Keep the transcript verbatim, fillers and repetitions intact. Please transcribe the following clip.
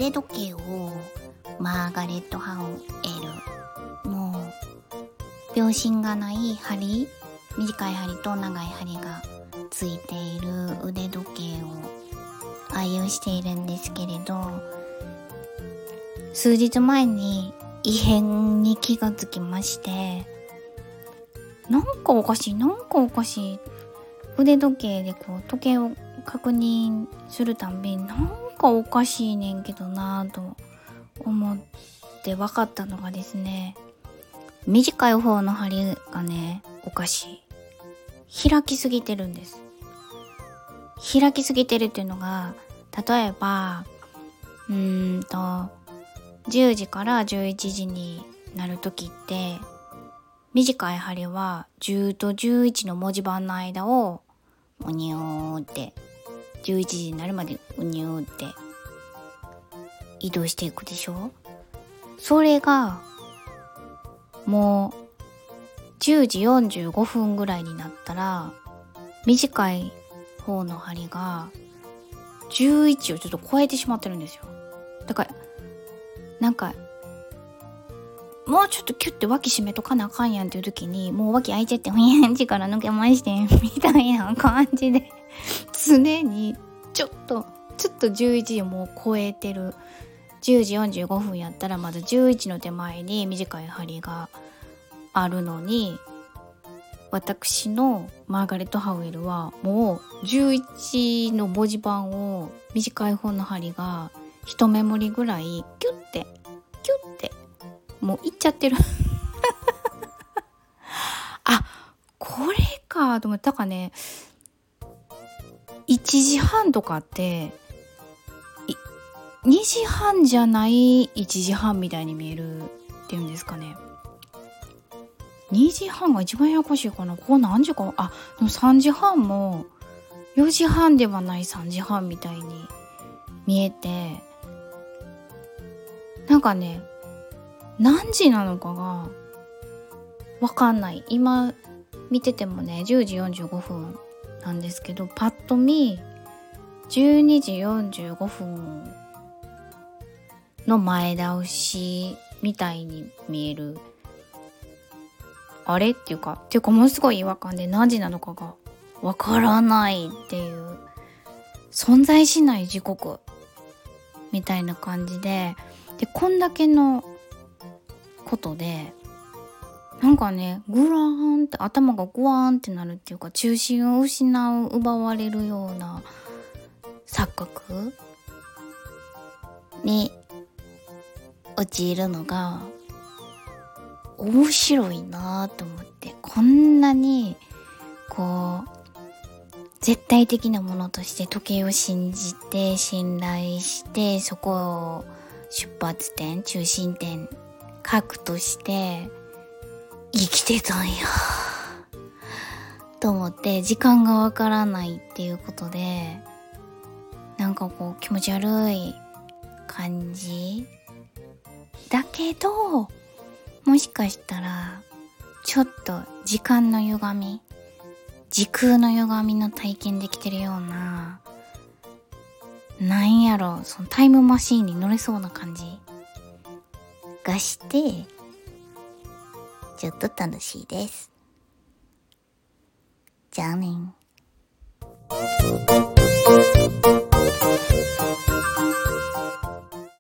腕時計をマーガレット・ハウエルの秒針がない針、短い針と長い針がついている腕時計を愛用しているんですけれど、数日前に異変に気がつきまして、なんかおかしいなんかおかしい腕時計でこう時計を確認するたんびになんかおかしいねんけどなぁと思って分かったのがですね、短い方の針がねおかしい、開きすぎてるんです。開きすぎてるっていうのが、例えばうーんとじゅうじからじゅういちじになるときって、短い針はじゅうとじゅういちの文字盤の間をうにゅーってじゅういちじになるまでうにゅーって移動していくでしょ。それがもうじゅうじよんじゅうごふんぐらいになったら、短い方の針がじゅういちをちょっと超えてしまってるんですよ。だからなんかもうちょっとキュッて脇締めとかなあかんやんっていう時に、もう脇開いちゃってふやんちから抜けましてみたいな感じで常にちょっとちょっとじゅういちじもう超えてる。じゅうじよんじゅうごふんやったらまだじゅういちの手前に短い針があるのに、私のマーガレット・ハウエルはもうじゅういちの文字盤を短い方の針が一目盛りぐらいキュッてキュッてもういっちゃってるあ、これかと思った。だからね、いちじはんとかってにじはんじゃないいちじはんみたいに見えるっていうんですかね。にじはんが一番ややこしいかな。こう何時か、あ、でもさんじはんもよじはんではないさんじはんみたいに見えて、なんかね、何時なのかがわかんない。今見ててもねじゅうじよんじゅうごふんなんですけど、パッと見じゅうにじよんじゅうごふんの前倒しみたいに見える。あれっていうかっていうかものすごい違和感で、何時なのかがわからないっていう、存在しない時刻みたいな感じで、でこんだけのことでなんかね、グラーンって頭がグワーンってなるっていうか、中心を失う奪われるような錯覚に陥るのが面白いなと思って、こんなにこう絶対的なものとして時計を信じて信頼して、そこを出発点中心点核として生きてたんやと思って、時間がわからないっていうことでなんかこう気持ち悪い感じだけど、もしかしたらちょっと時間の歪み、時空の歪みの体験できてるような、なんやろ、そのタイムマシーンに乗れそうな感じがして、ちょっと楽しいです。じゃあね。